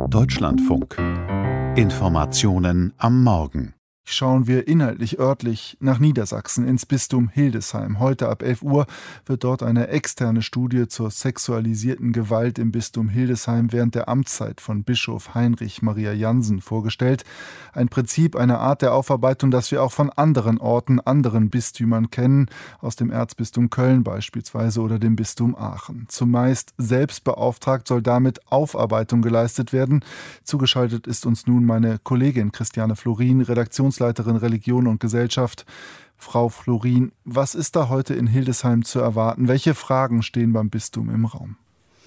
Deutschlandfunk. Informationen am Morgen. Schauen wir inhaltlich örtlich nach Niedersachsen ins Bistum Hildesheim. Heute ab 11 Uhr wird dort eine externe Studie zur sexualisierten Gewalt im Bistum Hildesheim während der Amtszeit von Bischof Heinrich Maria Jansen vorgestellt. Ein Prinzip, eine Art der Aufarbeitung, das wir auch von anderen Orten, anderen Bistümern kennen, aus dem Erzbistum Köln beispielsweise oder dem Bistum Aachen. Zumeist selbstbeauftragt soll damit Aufarbeitung geleistet werden. Zugeschaltet ist uns nun meine Kollegin Christiane Florin, Redaktionsleiterin Religion und Gesellschaft. Frau Florin, was ist da heute in Hildesheim zu erwarten? Welche Fragen stehen beim Bistum im Raum?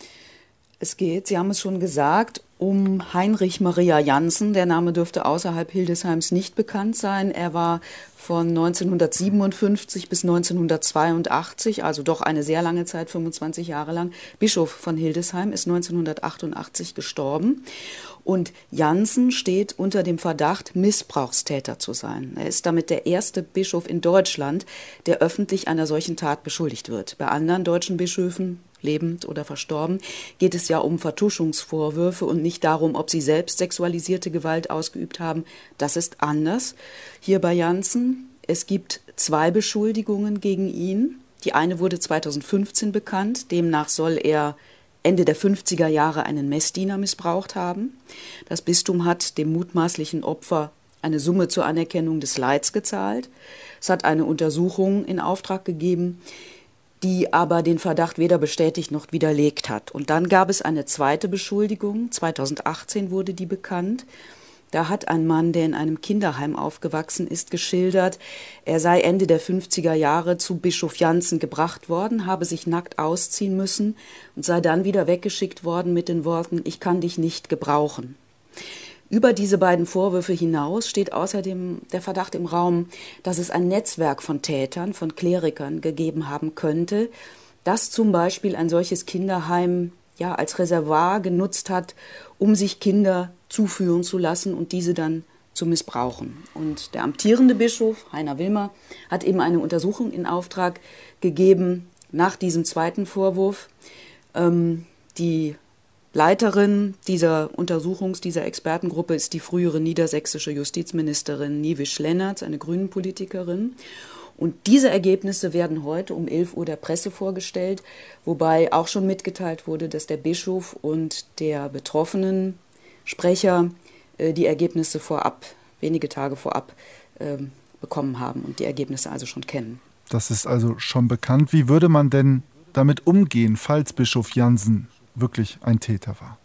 Es geht, Sie haben es schon gesagt, um Heinrich Maria Jansen. Der Name dürfte außerhalb Hildesheims nicht bekannt sein. Er war von 1957 bis 1982, also doch eine sehr lange Zeit, 25 Jahre lang, Bischof von Hildesheim, ist 1988 gestorben. Und Jansen steht unter dem Verdacht, Missbrauchstäter zu sein. Er ist damit der erste Bischof in Deutschland, der öffentlich einer solchen Tat beschuldigt wird. Bei anderen deutschen Bischöfen, lebend oder verstorben, geht es ja um Vertuschungsvorwürfe und nicht darum, ob sie selbst sexualisierte Gewalt ausgeübt haben. Das ist anders. Hier bei Jansen, es gibt 2 Beschuldigungen gegen ihn. Die eine wurde 2015 bekannt. Demnach soll er Ende der 50er Jahre einen Messdiener missbraucht haben. Das Bistum hat dem mutmaßlichen Opfer eine Summe zur Anerkennung des Leids gezahlt. Es hat eine Untersuchung in Auftrag gegeben, die aber den Verdacht weder bestätigt noch widerlegt hat. Und dann gab es eine zweite Beschuldigung. 2018 wurde die bekannt. Da hat ein Mann, der in einem Kinderheim aufgewachsen ist, geschildert, er sei Ende der 50er Jahre zu Bischof Jansen gebracht worden, habe sich nackt ausziehen müssen und sei dann wieder weggeschickt worden mit den Worten, ich kann dich nicht gebrauchen. Über diese beiden Vorwürfe hinaus steht außerdem der Verdacht im Raum, dass es ein Netzwerk von Tätern, von Klerikern gegeben haben könnte, das zum Beispiel ein solches Kinderheim als Reservoir genutzt hat, um sich Kinder zuführen zu lassen und diese dann zu missbrauchen. Und der amtierende Bischof, Heiner Wilmer, hat eben eine Untersuchung in Auftrag gegeben nach diesem zweiten Vorwurf. Die Leiterin dieser dieser Expertengruppe ist die frühere niedersächsische Justizministerin Niewisch Lennertz, eine Grünen-Politikerin. Und diese Ergebnisse werden heute um 11 Uhr der Presse vorgestellt, wobei auch schon mitgeteilt wurde, dass der Bischof und der betroffenen Sprecher die Ergebnisse wenige Tage vorab bekommen haben und die Ergebnisse also schon kennen. Das ist also schon bekannt. Wie würde man denn damit umgehen, falls Bischof Jansen wirklich ein Täter war?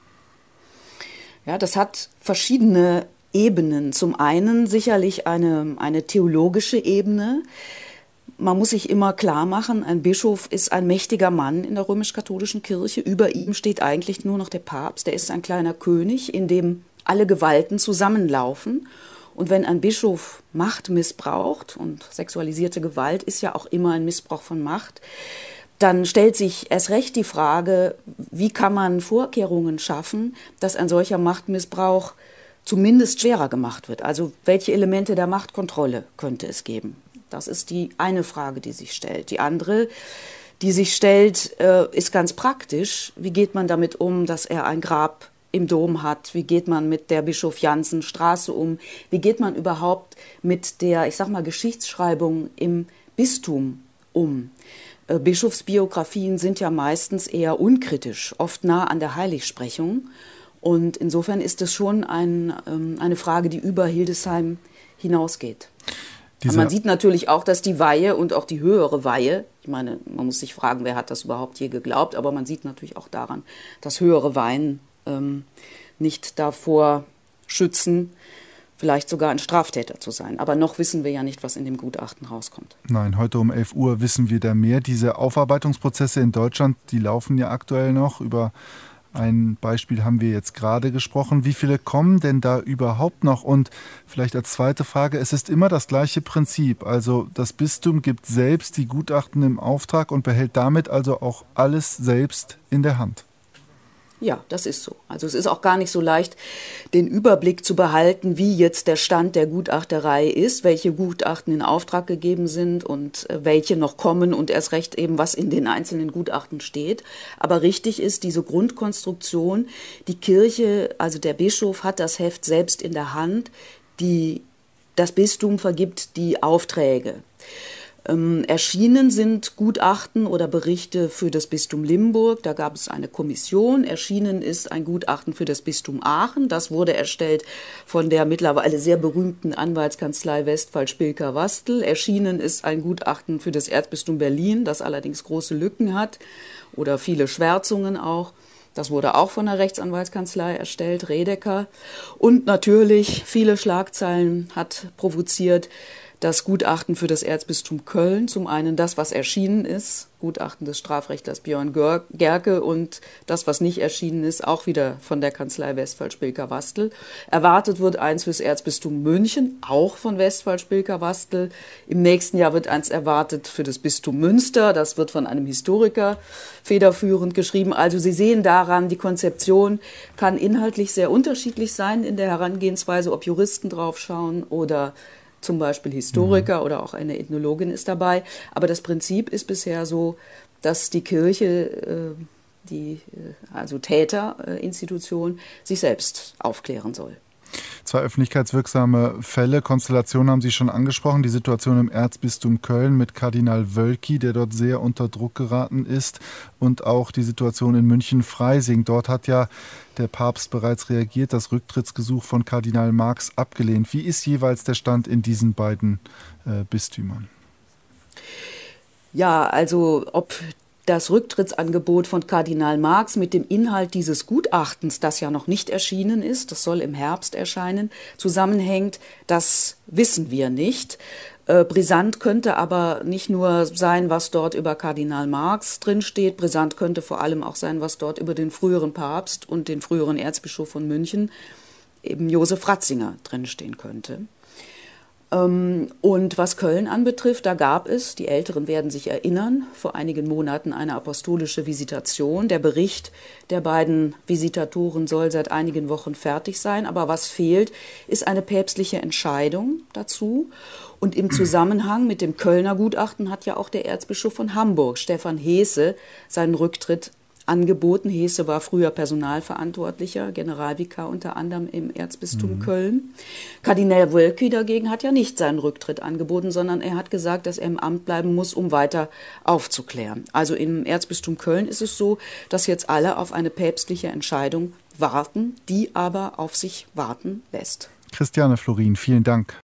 Ja, das hat verschiedene Ebenen. Zum einen sicherlich eine theologische Ebene. Man muss sich immer klar machen, ein Bischof ist ein mächtiger Mann in der römisch-katholischen Kirche. Über ihm steht eigentlich nur noch der Papst. Der ist ein kleiner König, in dem alle Gewalten zusammenlaufen. Und wenn ein Bischof Macht missbraucht, und sexualisierte Gewalt ist ja auch immer ein Missbrauch von Macht, dann stellt sich erst recht die Frage, wie kann man Vorkehrungen schaffen, dass ein solcher Machtmissbrauch zumindest schwerer gemacht wird. Also welche Elemente der Machtkontrolle könnte es geben? Das ist die eine Frage, die sich stellt. Die andere, die sich stellt, ist ganz praktisch. Wie geht man damit um, dass er ein Grab im Dom hat? Wie geht man mit der Bischof-Jansen-Straße um? Wie geht man überhaupt mit der, Geschichtsschreibung im Bistum um? Bischofsbiografien sind ja meistens eher unkritisch, oft nah an der Heiligsprechung. Und insofern ist es schon eine Frage, die über Hildesheim hinausgeht. Man sieht natürlich auch, dass die Weihe und auch die höhere Weihe, ich meine, man muss sich fragen, wer hat das überhaupt je geglaubt, aber man sieht natürlich auch daran, dass höhere Weihen nicht davor schützen, vielleicht sogar ein Straftäter zu sein. Aber noch wissen wir ja nicht, was in dem Gutachten rauskommt. Nein, heute um 11 Uhr wissen wir da mehr. Diese Aufarbeitungsprozesse in Deutschland, die laufen ja aktuell noch. Über ein Beispiel haben wir jetzt gerade gesprochen. Wie viele kommen denn da überhaupt noch? Und vielleicht als zweite Frage, es ist immer das gleiche Prinzip. Also das Bistum gibt selbst die Gutachten im Auftrag und behält damit also auch alles selbst in der Hand. Ja, das ist so. Also es ist auch gar nicht so leicht, den Überblick zu behalten, wie jetzt der Stand der Gutachterei ist, welche Gutachten in Auftrag gegeben sind und welche noch kommen und erst recht eben, was in den einzelnen Gutachten steht. Aber richtig ist diese Grundkonstruktion, die Kirche, also der Bischof hat das Heft selbst in der Hand, das Bistum vergibt die Aufträge. Erschienen sind Gutachten oder Berichte für das Bistum Limburg, da gab es eine Kommission. Erschienen ist ein Gutachten für das Bistum Aachen, das wurde erstellt von der mittlerweile sehr berühmten Anwaltskanzlei Westphal-Spilker-Wastel. Erschienen ist ein Gutachten für das Erzbistum Berlin, das allerdings große Lücken hat oder viele Schwärzungen auch. Das wurde auch von der Rechtsanwaltskanzlei erstellt, Redeker. Und natürlich viele Schlagzeilen hat provoziert das Gutachten für das Erzbistum Köln, zum einen das, was erschienen ist, Gutachten des Strafrechtlers Björn Gerke, und das, was nicht erschienen ist, auch wieder von der Kanzlei Westphal-Spilker-Wastel. Erwartet wird eins fürs Erzbistum München, auch von Westphal-Spilker-Wastel. Im nächsten Jahr wird eins erwartet für das Bistum Münster, das wird von einem Historiker federführend geschrieben. Also Sie sehen daran, die Konzeption kann inhaltlich sehr unterschiedlich sein in der Herangehensweise, ob Juristen draufschauen oder zum Beispiel Historiker oder auch eine Ethnologin ist dabei. Aber das Prinzip ist bisher so, dass die Kirche, also Täterinstitution, sich selbst aufklären soll. 2 öffentlichkeitswirksame Fälle, Konstellationen haben Sie schon angesprochen. Die Situation im Erzbistum Köln mit Kardinal Wölki, der dort sehr unter Druck geraten ist, und auch die Situation in München-Freising. Dort hat ja der Papst bereits reagiert, das Rücktrittsgesuch von Kardinal Marx abgelehnt. Wie ist jeweils der Stand in diesen beiden Bistümern? Ja, also ob das Rücktrittsangebot von Kardinal Marx mit dem Inhalt dieses Gutachtens, das ja noch nicht erschienen ist, das soll im Herbst erscheinen, zusammenhängt, das wissen wir nicht. Brisant könnte aber nicht nur sein, was dort über Kardinal Marx drinsteht, brisant könnte vor allem auch sein, was dort über den früheren Papst und den früheren Erzbischof von München, eben Josef Ratzinger, drinstehen könnte. Und was Köln anbetrifft, da gab es, die Älteren werden sich erinnern, vor einigen Monaten eine apostolische Visitation. Der Bericht der beiden Visitatoren soll seit einigen Wochen fertig sein. Aber was fehlt, ist eine päpstliche Entscheidung dazu. Und im Zusammenhang mit dem Kölner Gutachten hat ja auch der Erzbischof von Hamburg, Stefan Heese, seinen Rücktritt angeboten. Heese war früher Personalverantwortlicher, Generalvikar unter anderem im Erzbistum Köln. Kardinal Wölki dagegen hat ja nicht seinen Rücktritt angeboten, sondern er hat gesagt, dass er im Amt bleiben muss, um weiter aufzuklären. Also im Erzbistum Köln ist es so, dass jetzt alle auf eine päpstliche Entscheidung warten, die aber auf sich warten lässt. Christiane Florin, vielen Dank.